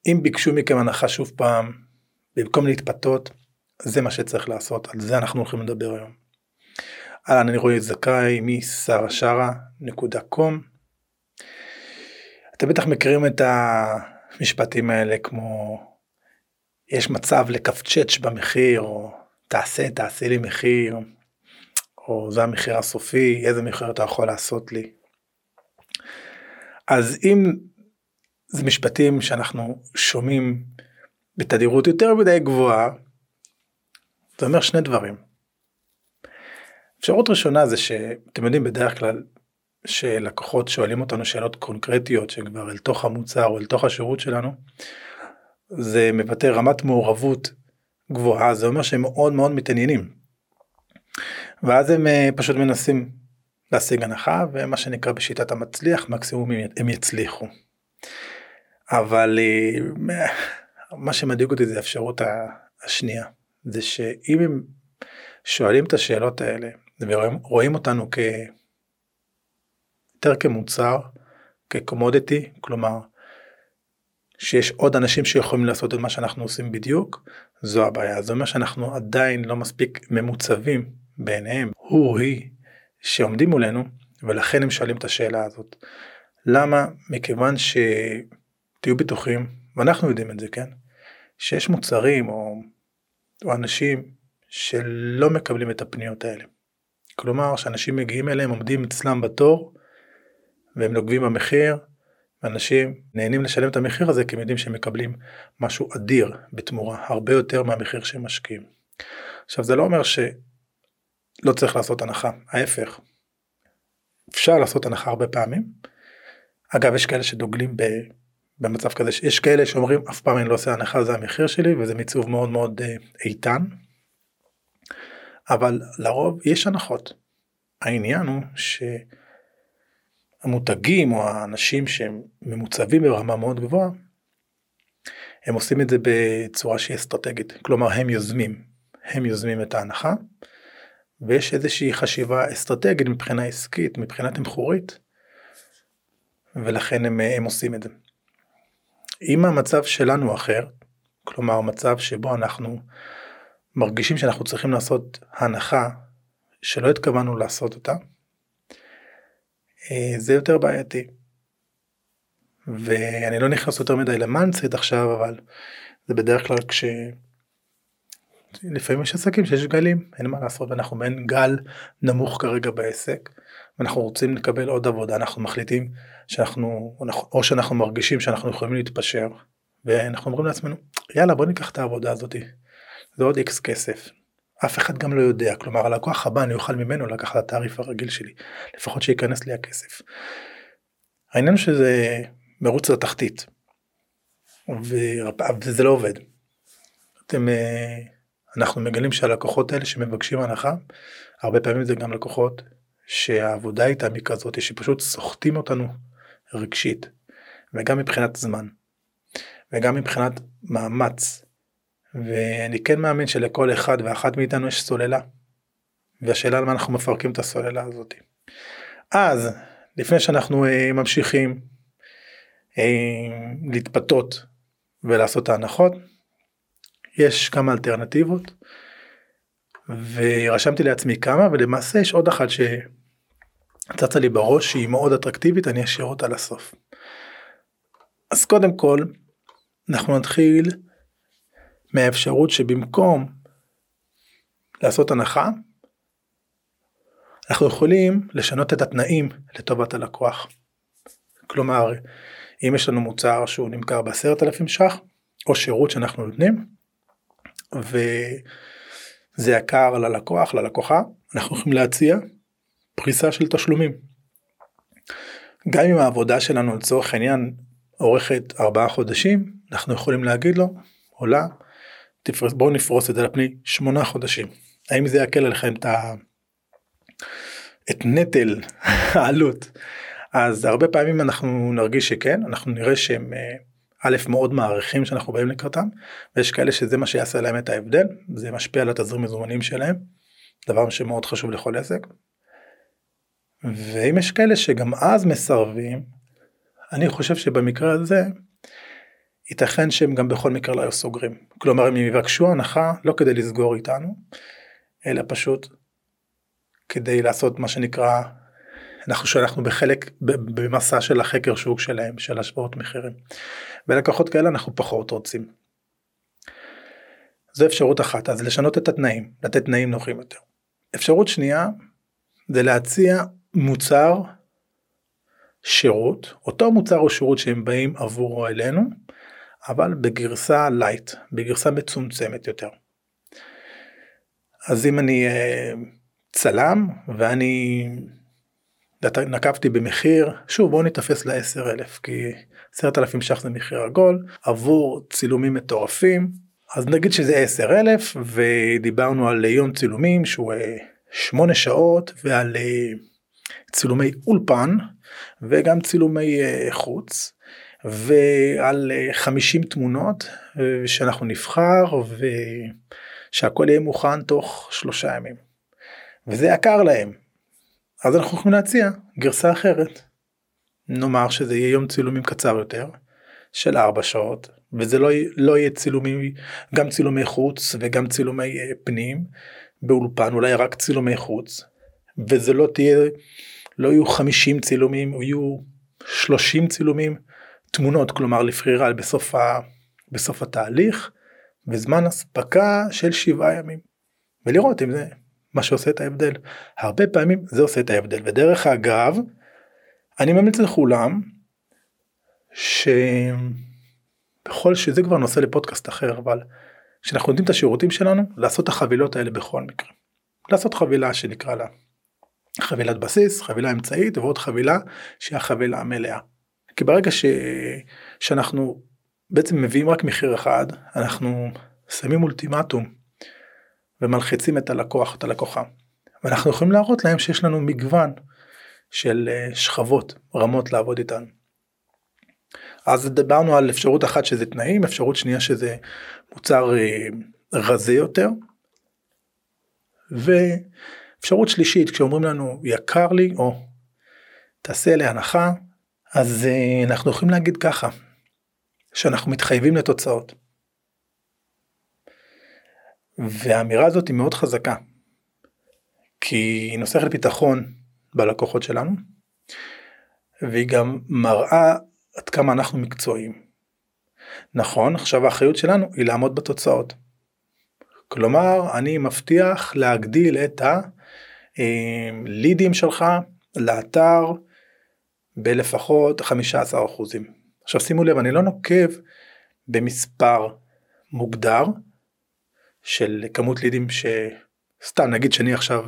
אם ביקשו מכם הנחה שוב פעם, במקום להתפתות, זה מה שצריך לעשות, על זה אנחנו הולכים לדבר היום. אני רועי זכאי משרשרה.com. אתם בטח מכירים את המשפטים האלה כמו יש מצב לקפצ'ץ' במחיר, או תעשה לי מחיר, או זה המחיר הסופי, איזה מחיר אתה יכול לעשות לי. אז אם זה משפטים שאנחנו שומעים בתדירות יותר מדי גבוהה, זה אומר שני דברים. אפשרות ראשונה זה שאתם יודעים בדרך כלל שלקוחות שואלים אותנו שאלות קונקרטיות שכבר אל תוך המוצר או אל תוך השירות שלנו, זה מבטא רמת מעורבות גבוהה, זה אומר שהם מאוד מאוד מתעניינים. ואז הם פשוט מנסים להשיג הנחה, ומה שנקרא בשיטת המצליח, מקסימום הם יצליחו. אבל מה שמדאיג אותי זה האפשרות השנייה, זה שאם הם שואלים את השאלות האלה, ורואים אותנו יותר כמוצר, כקומודיטי, כלומר, שיש עוד אנשים שיכולים לעשות את מה שאנחנו עושים בדיוק, זו הבעיה. זה אומר שאנחנו עדיין לא מספיק ממוצבים בעיניהם, היא שעומדים מולנו, ולכן הם שואלים את השאלה הזאת. למה? מכיוון שתהיו בטוחים, ואנחנו יודעים את זה, כן? שיש מוצרים או אנשים שלא מקבלים את הפניות האלה. כלומר, שאנשים מגיעים אליהם, עומדים אצלם בתור, והם נוגבים במחיר, ואנשים נהנים לשלם את המחיר הזה, כי הם יודעים שהם מקבלים משהו אדיר בתמורה, הרבה יותר מהמחיר שהם משקיעים. עכשיו, זה לא אומר שלא צריך לעשות הנחה, ההפך. אפשר לעשות הנחה הרבה פעמים. אגב, יש כאלה שדוגלים במצב כזה, יש כאלה שאומרים, אף פעם אני לא עושה הנחה, זה המחיר שלי, וזה מיצוב מאוד מאוד איתן. אבל לרוב יש הנחות. העניין הוא שהמותגים או האנשים שהם ממוצבים ברמה מאוד גבוהה, הם עושים את זה בצורה שהיא אסטרטגית. כלומר, הם יוזמים את ההנחה, ויש איזושהי חשיבה אסטרטגית מבחינה עסקית, מבחינה תמחורית, ולכן הם עושים את זה. אם המצב שלנו אחר, כלומר מצב שבו אנחנו מרגישים שאנחנו צריכים לעשות הנחה שלא התכוונו לעשות אותה, זה יותר בעייתי. ואני לא נכנס יותר מדי למנצית עכשיו, אבל זה בדרך כלל לפעמים יש עסקים שיש גלים, אין מה לעשות, ואנחנו בין גל נמוך כרגע בעסק, ואנחנו רוצים לקבל עוד עבודה, אנחנו מחליטים או שאנחנו מרגישים שאנחנו יכולים להתפשר, ואנחנו אומרים לעצמנו, יאללה בוא ניקח את העבודה הזאת, זה עוד X כסף, אף אחד גם לא יודע, כלומר הלקוח הבא אני אוכל ממנו לקחת את התעריף הרגיל שלי, לפחות שיכנס לי הכסף. העניין שזה מרוץ לתחתית, וזה לא עובד. אנחנו מגלים שהלקוחות האלה שמבקשים הנחה, הרבה פעמים זה גם לקוחות שהעבודה איתם היא כזאת, שפשוט סוחטים אותנו רגשית, וגם מבחינת זמן, וגם מבחינת מאמץ, ואני כן מאמין שלכל אחד ואחת מאיתנו יש סוללה, והשאלה על מה אנחנו מפרקים את הסוללה הזאת. אז, לפני שאנחנו ממשיכים להתפתות ולעשות את ההנחות, יש כמה אלטרנטיבות, ורשמתי לעצמי כמה, ולמעשה יש עוד אחת שצצה לי בראש, שהיא מאוד אטרקטיבית, אני אשאיר אותה לסוף. אז קודם כל, אנחנו נתחיל מהאפשרות שבמקום לעשות הנחה, אנחנו יכולים לשנות את התנאים לטובת הלקוח. כלומר, אם יש לנו מוצר שהוא נמכר ב10,000 ש"ח, או שירות שאנחנו נותנים, וזה יקר ללקוחה, אנחנו יכולים להציע פריסה של תשלומים. גם אם העבודה שלנו לצורך העניין אורכת 4 חודשים, אנחנו יכולים להגיד לו, עולה, בואו נפרוס את זה לפני 8 חודשים. האם זה יקל עליכם את נטל העלות? אז הרבה פעמים אנחנו נרגיש שכן, אנחנו נראה שהם א' מאוד מעריכים שאנחנו באים לקראתם, ויש כאלה שזה מה שיעשה להם את ההבדל, זה משפיע על התזרים מזומנים שלהם, דבר שמאוד חשוב לכל עסק. ואם יש כאלה שגם אז מסרבים, אני חושב שבמקרה הזה, ייתכן שהם גם בכל מקרה לא היו סוגרים. כלומר, הם יבקשו הנחה לא כדי לסגור איתנו, אלא פשוט כדי לעשות מה שנקרא, שאנחנו בחלק, במסע של החקר שוק שלהם, של השוואות מחירים. ולקוחות כאלה אנחנו פחות רוצים. זו אפשרות אחת, אז לשנות את התנאים, לתת תנאים נוחים יותר. אפשרות שנייה, זה להציע מוצר, שירות, אותו מוצר או שירות שהם באים עבורו אלינו, אבל בגרסה לייט, בגרסה מצומצמת יותר. אז אם אני צלם, ואני נקבתי במחיר, שוב בואו נתפס ל-10,000, כי 10,000 ש"ח זה מחיר עגול, עבור צילומים מטורפים, אז נגיד שזה 10,000, ודיברנו על יום צילומים, שהוא 8 שעות, ועל צילומי אולפן, וגם צילומי חוץ, ועל 50 תמונות, שאנחנו נבחר, ושהכל יהיה מוכן תוך 3 ימים. וזה יקר להם. אז אנחנו יכולים להציע גרסה אחרת. נאמר שזה יהיה יום צילומים קצר יותר, של 4 שעות, וזה לא יהיה צילומים, גם צילומי חוץ, וגם צילומי פנים, באולפן, אולי רק צילומי חוץ, וזה לא יהיו 50 צילומים, יהיו 30 צילומים, תמונות, כלומר לבחירה בסוף התהליך, וזמן הספקה של 7 ימים. ולראות אם זה מה שעושה את ההבדל. הרבה פעמים זה עושה את ההבדל. ודרך אגב, אני ממליץ לכולם, בכל שזה כבר נושא לפודקאסט אחר, אבל כשאנחנו יודעים את השירותים שלנו, לעשות את החבילות האלה בכל מקרה. לעשות חבילה שנקרא לה חבילת בסיס, חבילה אמצעית, ועוד חבילה שהיא החבילה המלאה. כי ברגע שאנחנו בעצם מביאים רק מחיר אחד, אנחנו שמים אולטימטום, ומלחיצים את הלקוח, את הלקוחה. ואנחנו יכולים להראות להם שיש לנו מגוון של שכבות, רמות לעבוד איתנו. אז דיברנו על אפשרות אחת שזה תנאים, אפשרות שנייה שזה מוצר רזה יותר, ואפשרות שלישית, כשאומרים לנו יקר לי, או תעשה לי הנחה, אז אנחנו יכולים להגיד ככה, שאנחנו מתחייבים לתוצאות. והאמירה הזאת היא מאוד חזקה, כי היא נוסחת ביטחון בלקוחות שלנו, והיא גם מראה עד כמה אנחנו מקצועיים. נכון, עכשיו האחריות שלנו היא לעמוד בתוצאות. כלומר, אני מבטיח להגדיל את הלידים שלך לאתר בלפחות 15%. עכשיו שימו לב, אני לא נוקב במספר מוגדר של כמות לידים סתם נגיד שאני עכשיו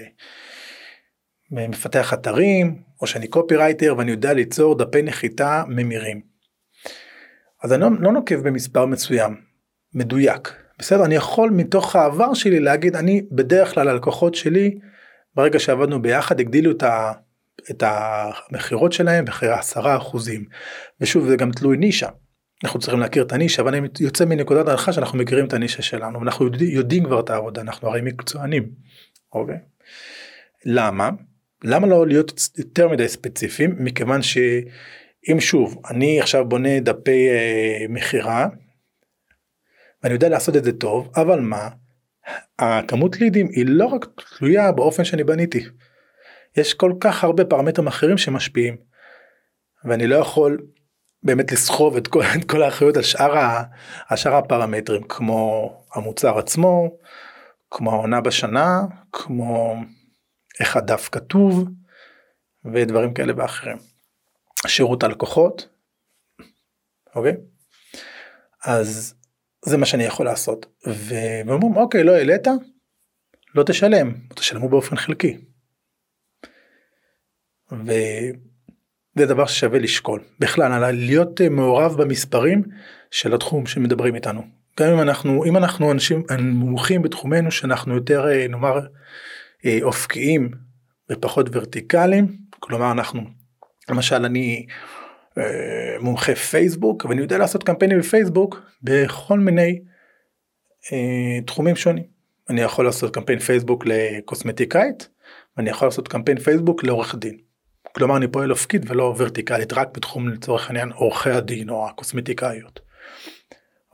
מפתח אתרים, או שאני קופירייטר ואני יודע ליצור דפי נחיתה ממירים. אז אני לא נוקב במספר מסוים, מדויק. בסדר, אני יכול מתוך העבר שלי להגיד, אני בדרך כלל הלקוחות שלי, ברגע שעבדנו ביחד, הגדילו את המחירות שלהם בכ10%. ושוב, זה גם תלוי נישה. אנחנו צריכים להכיר את הנישה, אבל אני יוצא מנקודת הנחה שאנחנו מכירים את הנישה שלנו, ואנחנו יודעים כבר את העבודה, אנחנו הרי מקצוענים. אוקיי? למה? למה לא להיות יותר מדי ספציפיים? מכיוון שאם שוב, אני עכשיו בונה דפי מחירה, ואני יודע לעשות את זה טוב, אבל מה? הכמות לידים היא לא רק תלויה באופן שאני בניתי. יש כל כך הרבה פרמטרים אחרים שמשפיעים, ואני לא יכול באמת לסחוב את כל האחריות על שאר הפרמטרים, כמו המוצר עצמו, כמו העונה בשנה, כמו איך הדף כתוב, ודברים כאלה ואחרים. שירות הלקוחות, אוקיי? אז זה מה שאני יכול לעשות. ואומרים, אוקיי, לא העלית, לא תשלם, תשלמו באופן חלקי. וזה דבר ששווה לשקול. בכלל, להיות מעורב במספרים של התחום שמדברים איתנו. גם אם אנחנו אנשים מומחים בתחומנו, שאנחנו יותר, נאמר, אופקיים ופחות ורטיקליים, כלומר אנחנו, למשל אני מומחה פייסבוק, ואני יודע לעשות קמפיינים בפייסבוק בכל מיני תחומים שונים. אני יכול לעשות קמפיין פייסבוק לקוסמטיקאית, ואני יכול לעשות קמפיין פייסבוק לעורך דין. כלומר אני פועל אופקית ולא ורטיקלית, רק בתחום לצורך העניין עורכי הדין או הקוסמטיקאיות.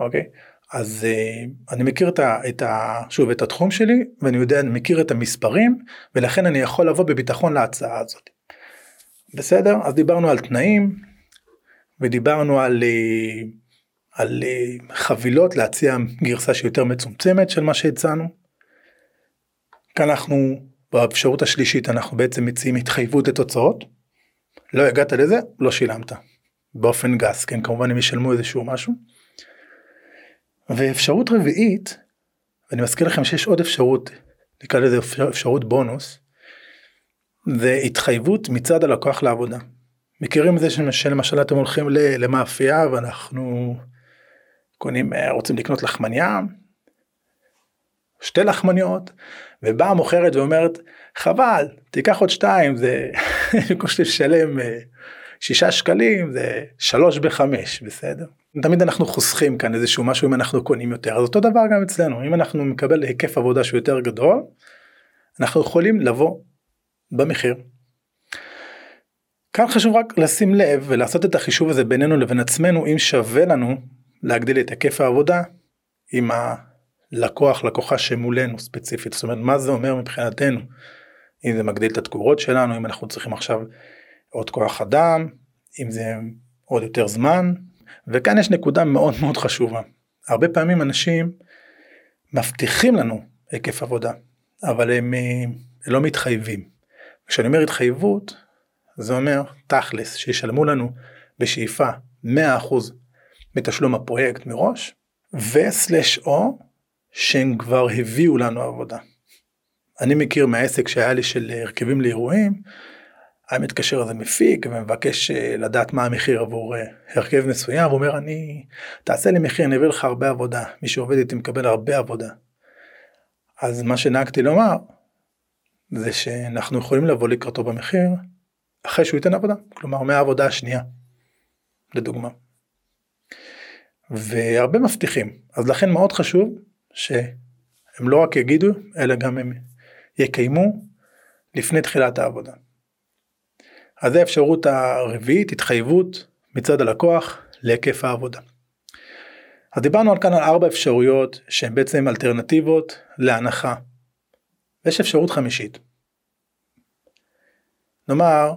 אוקיי? אז אני מכיר שוב את התחום שלי, ואני מכיר את המספרים, ולכן אני יכול לבוא בביטחון להצעה הזאת. בסדר? אז דיברנו על תנאים, ודיברנו על חבילות, להציע גרסה שיותר מצומצמת של מה שהצענו. כאן באפשרות השלישית, אנחנו בעצם מציעים התחייבות לתוצאות. לא הגעת לזה, לא שילמת. באופן גס, כן? כמובן הם ישלמו איזשהו משהו. ואפשרות רביעית, ואני מזכיר לכם שיש עוד אפשרות, נקרא לזה אפשרות בונוס, זה התחייבות מצד הלקוח לעבודה. מכירים את זה שלמשל אתם הולכים למאפייה, ואנחנו רוצים לקנות לחמניה, 2 לחמניות, ובאה מוכרת ואומרת, חבל, תיקח עוד 2, זה קושי לשלם 6 שקלים, זה 3 ב-5, בסדר? תמיד אנחנו חוסכים כאן איזשהו משהו אם אנחנו קונים יותר, אז אותו דבר גם אצלנו, אם אנחנו מקבל היקף עבודה שהוא יותר גדול, אנחנו יכולים לבוא במחיר. כאן חשוב רק לשים לב ולעשות את החישוב הזה בינינו לבין עצמנו, אם שווה לנו להגדיל את היקף העבודה עם לקוחה שמולנו ספציפית, זאת אומרת מה זה אומר מבחינתנו, אם זה מגדיל את התקורות שלנו, אם אנחנו צריכים עכשיו עוד כוח אדם, אם זה עוד יותר זמן, וכאן יש נקודה מאוד מאוד חשובה, הרבה פעמים אנשים מבטיחים לנו היקף עבודה, אבל הם לא מתחייבים, כשאני אומר התחייבות, זה אומר תכלס שישלמו לנו בשאיפה 100% בתשלום הפרויקט מראש, וסלש/או שהם כבר הביאו לנו עבודה. אני מכיר מהעסק שהיה לי של הרכבים לאירועים, היה מתקשר איזה מפיק ומבקש לדעת מה המחיר עבור הרכב מסוים, ואומר תעשה לי מחיר, אני אביא לך הרבה עבודה, מי שעובד איתי מקבל הרבה עבודה. אז מה שנהגתי לומר, זה שאנחנו יכולים לבוא לקראתו במחיר, אחרי שהוא ייתן עבודה, כלומר מהעבודה השנייה, לדוגמה. והרבה מבטיחים, אז לכן מאוד חשוב שהם לא רק יגידו, אלא גם הם יקיימו לפני תחילת העבודה. אז זה האפשרות הרביעית, התחייבות מצד הלקוח להיקף העבודה. אז דיברנו כאן על 4 אפשרויות שהן בעצם אלטרנטיבות להנחה. ויש אפשרות חמישית. נאמר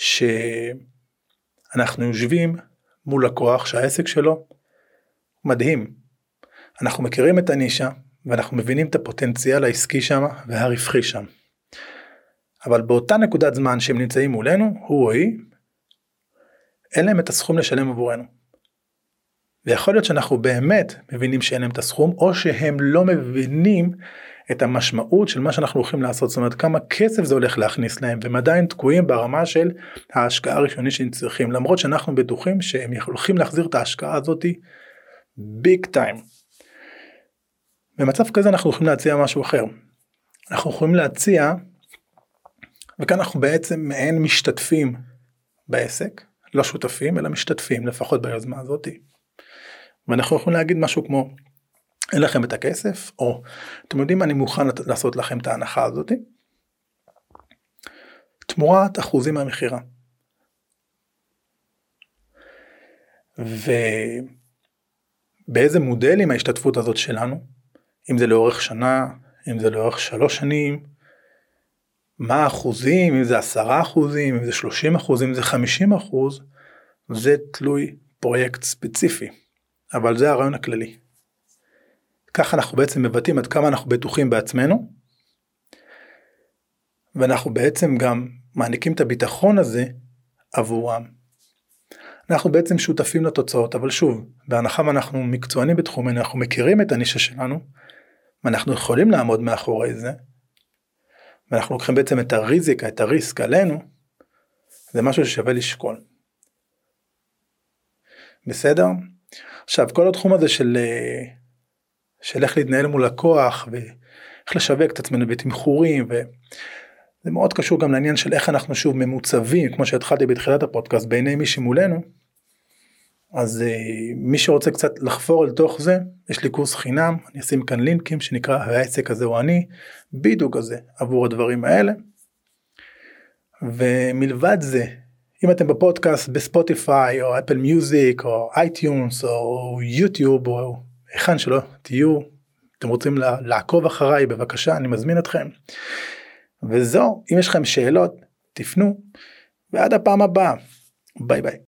שאנחנו יושבים מול לקוח שהעסק שלו מדהים. אנחנו מכירים את הנישה ואנחנו מבינים את הפוטנציאל העסקי שם והרווחי שם. אבל באותה נקודת זמן שהם נמצאים מולנו, הוא או היא, אין להם את הסכום לשלם עבורנו. ויכול להיות שאנחנו באמת מבינים שאין להם את הסכום, או שהם לא מבינים את המשמעות של מה שאנחנו הולכים לעשות, זאת אומרת כמה כסף זה הולך להכניס להם, והם עדיין תקועים ברמה של ההשקעה הראשונית שהם צריכים, למרות שאנחנו בטוחים שהם הולכים להחזיר את ההשקעה הזאת ביג טיים. במצב כזה אנחנו יכולים להציע משהו אחר. אנחנו יכולים להציע, וכאן אנחנו בעצם מעין משתתפים בעסק, לא שותפים אלא משתתפים, לפחות ביוזמה הזאת. ואנחנו יכולים להגיד משהו כמו, אין לכם את הכסף, או אתם יודעים אני מוכן לעשות לכם את ההנחה הזאת, תמורת אחוזים מהמחירה. ובאיזה מודלים ההשתתפות הזאת שלנו, אם זה לאורך שנה, אם זה לאורך 3 שנים, מה האחוזים, אם זה 10%, אם זה 30%, אם זה 50%, זה תלוי פרויקט ספציפי, אבל זה הרעיון הכללי. ככה אנחנו בעצם מבטאים עד כמה אנחנו בטוחים בעצמנו, ואנחנו בעצם גם מעניקים את הביטחון הזה עבורם. אנחנו בעצם שותפים לתוצאות, אבל שוב, בהנחה ואנחנו מקצוענים בתחומנו, אנחנו מכירים את הנישה שלנו, ואנחנו יכולים לעמוד מאחורי זה, ואנחנו לוקחים בעצם את הריזיקה, את הריסק עלינו, זה משהו ששווה לשקול. בסדר? עכשיו, כל התחום הזה של איך להתנהל מול לקוח, ואיך לשווק את עצמנו בתמחורים, וזה מאוד קשור גם לעניין של איך אנחנו שוב ממוצבים, כמו שהתחלתי בתחילת הפודקאסט, בעיני מי שמולנו, אז מי שרוצה קצת לחפור על תוך זה, יש לי קורס חינם, אני אשים כאן לינקים שנקרא העסק הזה או אני, בדיוק הזה עבור הדברים האלה. ומלבד זה, אם אתם בפודקאסט בספוטיפיי או אפל מיוזיק או אייטיונס או יוטיוב או היכן שלא תהיו, אתם רוצים לעקוב אחריי, בבקשה, אני מזמין אתכם. וזהו, אם יש לכם שאלות, תפנו, ועד הפעם הבאה. ביי ביי.